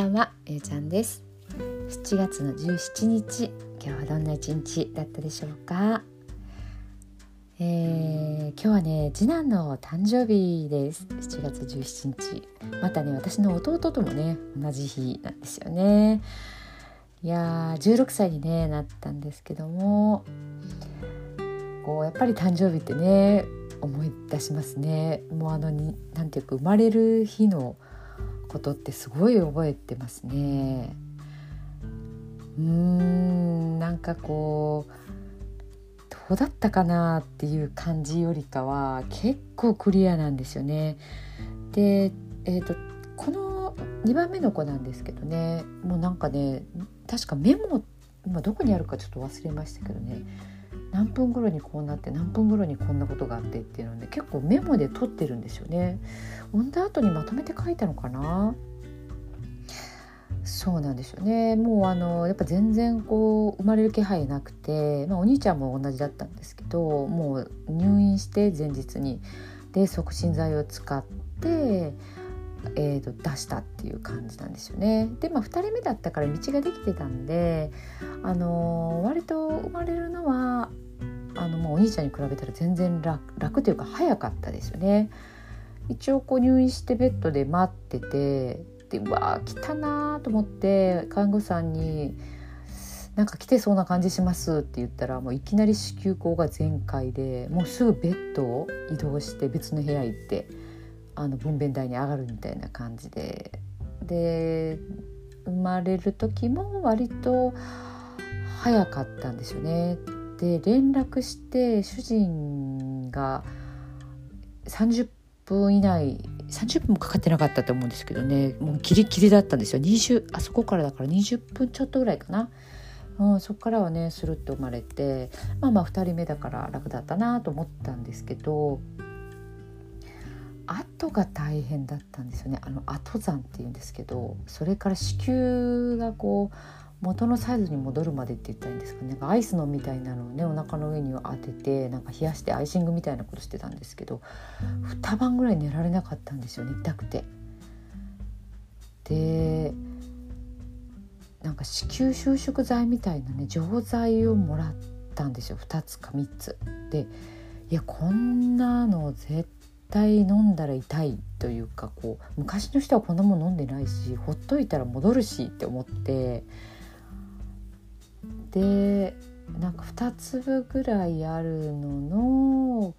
んは、ゆうちゃんです。7月の17日、今日はどんな一日だったでしょうか。今日はね、次男の誕生日です。7月17日、またね、私の弟ともね、同じ日なんですよね。いやー、16歳に、なったんですけども、やっぱり誕生日ってね、思い出しますね。もうなんていうか、生まれる日のことってすごい覚えてますね。なんかどうだったかなっていう感じよりかは結構クリアなんですよね。で、この2番目の子なんですけどね、もうなんかね、確かメモ、今どこにあるかちょっと忘れましたけどね、何分頃にこうなって何分頃にこんなことがあってっていうのをね、結構メモで取ってるんですよね。産んだ後にまとめて書いたのかな。そうなんですよね。もうやっぱ全然生まれる気配なくて、お兄ちゃんも同じだったんですけど、もう入院して前日にで促進剤を使って、出したっていう感じなんですよね。で2人目だったから道ができてたんで、割と生まれるのはもうお兄ちゃんに比べたら全然 楽というか早かったですよね。一応入院してベッドで待ってて、でうわー来たなと思って看護師さんになんか来てそうな感じしますって言ったら、もういきなり子宮口が全開で、もうすぐベッドを移動して別の部屋行って分娩台に上がるみたいな感じで、生まれる時も割と早かったんですよね。で連絡して主人が30分以内、30分もかかってなかったと思うんですけどね、もうギリギリだったんですよ。あそこからだから20分ちょっとぐらいかな。そこからはねスルッと生まれて、2人目だから楽だったなと思ったんですけど、後が大変だったんですよね。後産っていうんですけど、それから子宮が元のサイズに戻るまでって言ったらいいんですかね。なんかアイスのみたいなのをね、お腹の上に当ててなんか冷やしてアイシングみたいなことしてたんですけど、2晩ぐらい寝られなかったんですよね、痛くて。でなんか子宮収縮剤みたいなね錠剤をもらったんですよ、2つか3つで。いや、こんなの絶対飲んだら痛いというか、昔の人はこんなもの飲んでないし、ほっといたら戻るしって思って、でなんか2粒ぐらいあるのの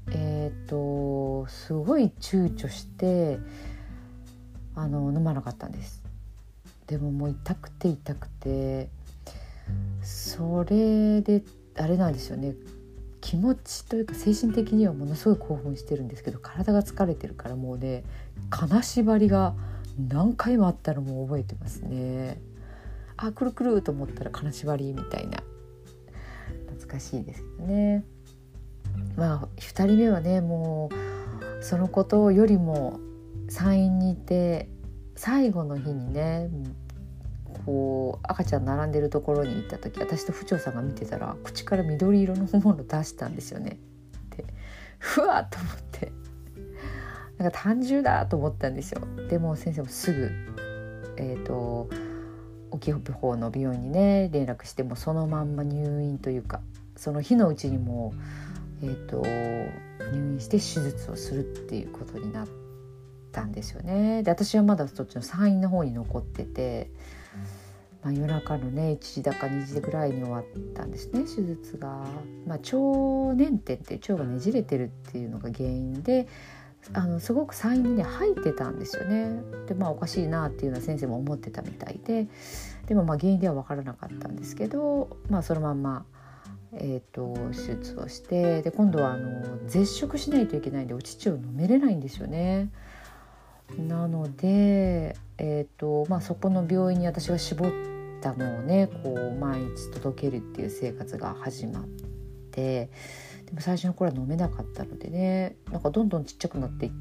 すごい躊躇して飲まなかったんです。でももう痛くてそれであれなんですよね、気持ちというか精神的にはものすごい興奮してるんですけど、体が疲れてるからもうね、金縛りが何回もあったのも覚えてますね。くるくると思ったら金縛りみたいな、懐かしいですけどね。2人目はね、もうそのことよりも産院にいて最後の日にね、赤ちゃん並んでるところに行った時、私と婦長さんが見てたら口から緑色のもの出したんですよね。でふわっと思って、なんか単純だと思ったんですよ。でも先生もすぐ大きい方の病院にね連絡して、もそのまんま入院というか、その日のうちにも入院して手術をするっていうことになったんですよね。で私はまだそっちの産院の方に残ってて、夜中のね1時だか2時ぐらいに終わったんですね、手術が。腸粘点って腸がねじれてるっていうのが原因で、すごく産院にね入ってたんですよね。でおかしいなっていうのは先生も思ってたみたいで、でも原因では分からなかったんですけど、そのまんま手術をして、で今度は絶食しないといけないんでお乳を飲めれないんですよね。なので、そこの病院に私が絞ったのをね毎日届けるっていう生活が始まって、でも最初の頃は飲めなかったのでね、なんかどんどんちっちゃくなっていって、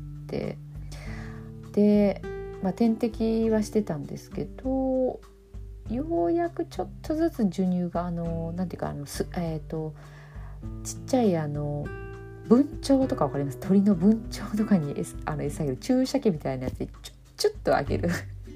で、点滴はしてたんですけど、ようやくちょっとずつ授乳がなんていうかちっちゃい文鳥とかわかります？鳥の文鳥とかに餌あげる注射器みたいなやつでちょっとあげる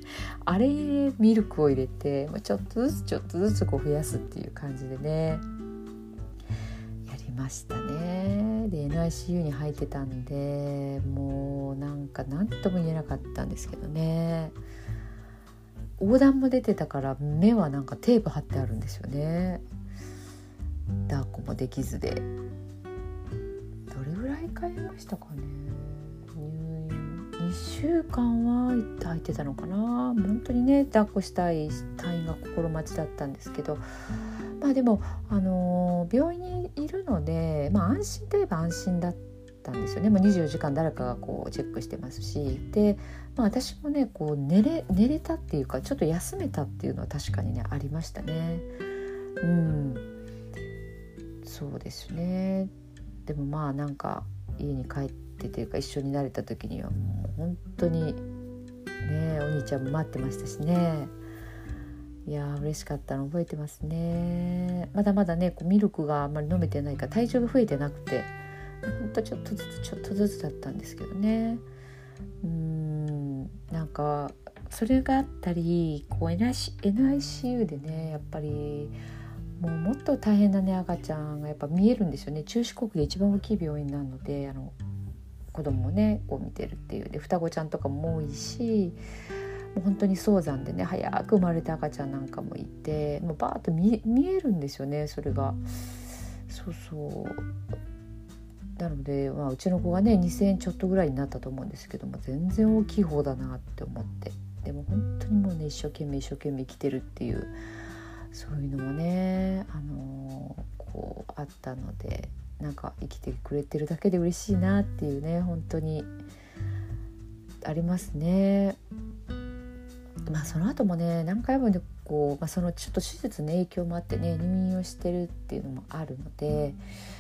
あれにミルクを入れてちょっとずつこう増やすっていう感じでねやりましたね。で NICU に入ってたんでもうなんとも言えなかったんですけどね。横断も出てたから目はなんかテープ貼ってあるんですよね。抱っこもできずでどれぐらい通いましたかね。入院2週間は入ってたのかな。本当にね抱っこしたい退院が心待ちだったんですけど、でも、病院にいるので、安心といえば安心だったんですよね。もう24時間誰かがこうチェックしてますし、で、私もねこう寝れたっていうかちょっと休めたっていうのは確かにねありましたね。そうですね。でもなんか家に帰ってというか一緒になれた時にはもう本当にねお兄ちゃんも待ってましたしね。いや嬉しかったの覚えてますね。まだまだねこうミルクがあんまり飲めてないから体重が増えてなくてほんとちょっとずつだったんですけどね。なんかそれがあったりこう NICU でねやっぱりもっと大変なね赤ちゃんがやっぱ見えるんですよね。中四国で一番大きい病院なので子供をねこう見てるっていうで双子ちゃんとかも多いしもう本当に早産でね早く生まれた赤ちゃんなんかもいてもうバーッと見えるんですよね。それがそうなので、うちの子がね2000円ちょっとぐらいになったと思うんですけども全然大きい方だなって思って、でも本当にもうね一生懸命生きてるっていうそういうのもねこうあったのでなんか生きてくれてるだけで嬉しいなっていうね本当にありますね。その後もね何回もねこう、そのちょっと手術の影響もあってね入院をしてるっていうのもあるので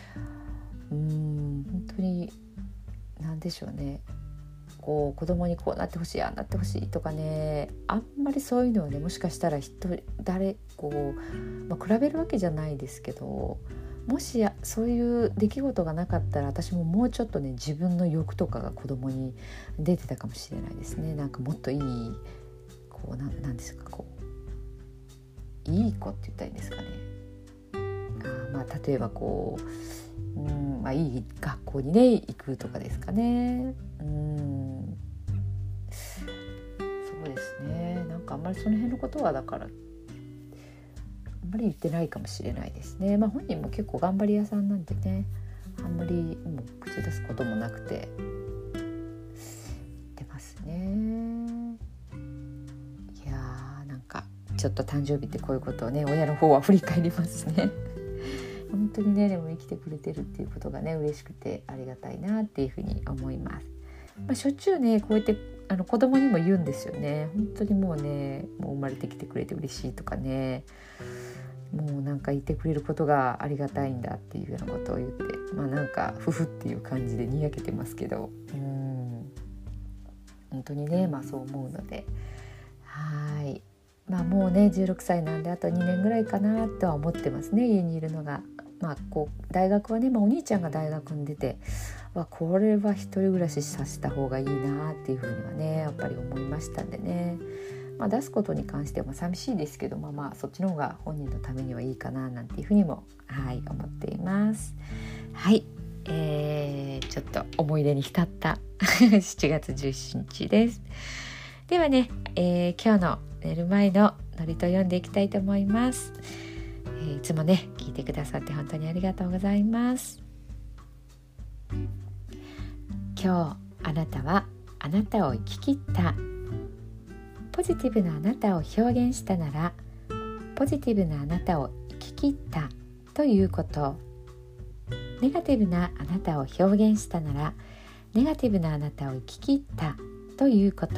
本当に何でしょうねこう子供にこうなってほしいああなってほしいとかねあんまりそういうのはねもしかしたら比べるわけじゃないですけどもしそういう出来事がなかったら私ももうちょっとね自分の欲とかが子供に出てたかもしれないですね。なんかもっといいこうなんですかこういい子って言ったらいいんですかね。例えばこういい学校にね行くとかですかね。そうですね。なんかあんまりその辺のことはだからあんまり言ってないかもしれないですね。本人も結構頑張り屋さんなんでねあんまりもう口出すこともなくて出ますね。いやなんかちょっと誕生日ってこういうことをね親の方は振り返りますね。本当にねでも生きてくれてるっていうことがね嬉しくてありがたいなっていうふうに思います。しょっちゅうねこうやって子供にも言うんですよね。本当にもう生まれてきてくれて嬉しいとかねもうなんかいてくれることがありがたいんだっていうようなことを言ってなんか夫婦っていう感じでにやけてますけど本当にねそう思うのではいもうね16歳なんであと2年ぐらいかなとは思ってますね家にいるのが。こう大学はね、お兄ちゃんが大学に出てこれは一人暮らしさせた方がいいなっていうふうにはねやっぱり思いましたんでね、出すことに関しては寂しいですけどそっちの方が本人のためにはいいかななんていうふうにも思っています。はい、ちょっと思い出に浸った7月17日です。ではね、今日の寝る前の祝詞読んでいきたいと思います。いつもね聞いてくださって本当にありがとうございます。今日あなたはあなたを生き切った。ポジティブなあなたを表現したならポジティブなあなたを生き切ったということ。ネガティブなあなたを表現したならネガティブなあなたを生き切ったということ。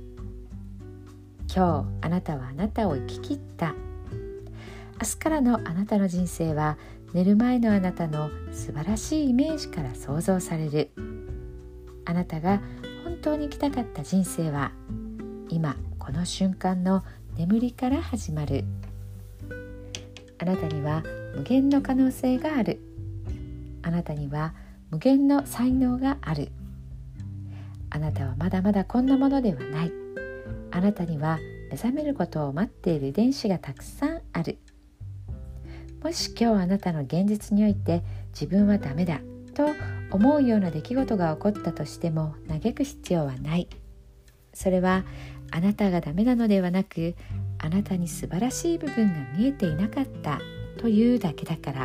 今日あなたはあなたを生き切った。明日からのあなたの人生は寝る前のあなたの素晴らしいイメージから想像される。あなたが本当に生きたかった人生は今この瞬間の眠りから始まる。あなたには無限の可能性がある。あなたには無限の才能がある。あなたはまだまだこんなものではない。ああなたには目覚めることを待っている遺伝子がたくさんある。もし今日あなたの現実において自分はダメだと思うような出来事が起こったとしても嘆く必要はない。それはあなたがダメなのではなく、あなたに素晴らしい部分が見えていなかったというだけだから。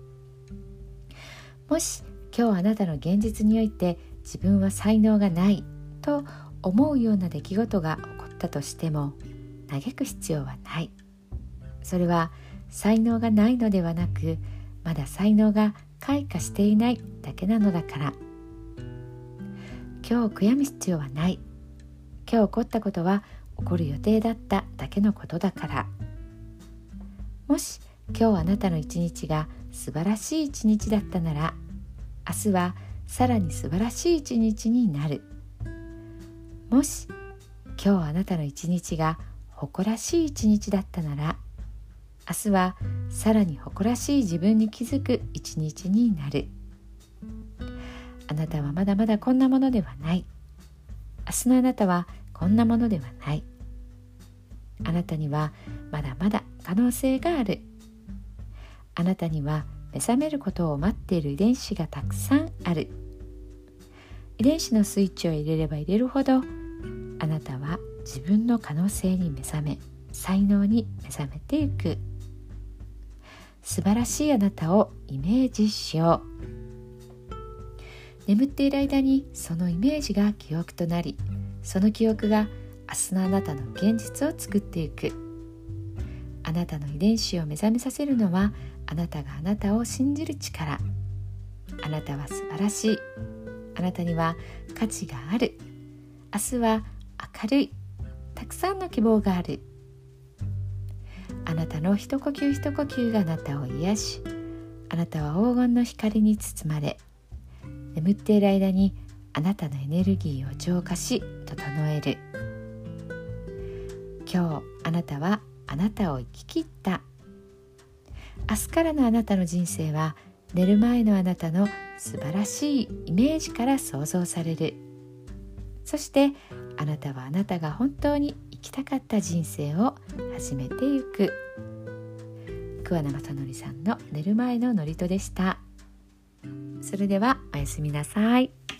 もし今日あなたの現実において自分は才能がないと思うような出来事が起こったとしても嘆く必要はない。それは才能がないのではなく、まだ才能が開花していないだけなのだから。今日悔やむ必要はない。今日起こったことは起こる予定だっただけのことだから。もし今日あなたの一日が素晴らしい一日だったなら、明日はさらに素晴らしい一日になる。もし今日あなたの一日が誇らしい一日だったなら、明日はさらに誇らしい自分に気づく一日になる。あなたはまだまだこんなものではない。明日のあなたはこんなものではない。あなたにはまだまだ可能性がある。あなたには目覚めることを待っている遺伝子がたくさんある。遺伝子のスイッチを入れれば入れるほど、あなたは自分の可能性に目覚め、才能に目覚めていく。素晴らしいあなたをイメージしよう。眠っている間にそのイメージが記憶となり、その記憶が明日のあなたの現実を作っていく。あなたの遺伝子を目覚めさせるのは、あなたがあなたを信じる力。あなたは素晴らしい。あなたには価値がある。明日は明るい。たくさんの希望がある。あなたの一呼吸一呼吸があなたを癒し、あなたは黄金の光に包まれ、眠っている間にあなたのエネルギーを浄化し整える。今日あなたはあなたを生き切った。明日からのあなたの人生は、寝る前のあなたの素晴らしいイメージから想像される。そしてあなたはあなたが本当に生きたかった人生を始めていく。桑名正則さんの寝る前の祝詞でした。それではおやすみなさい。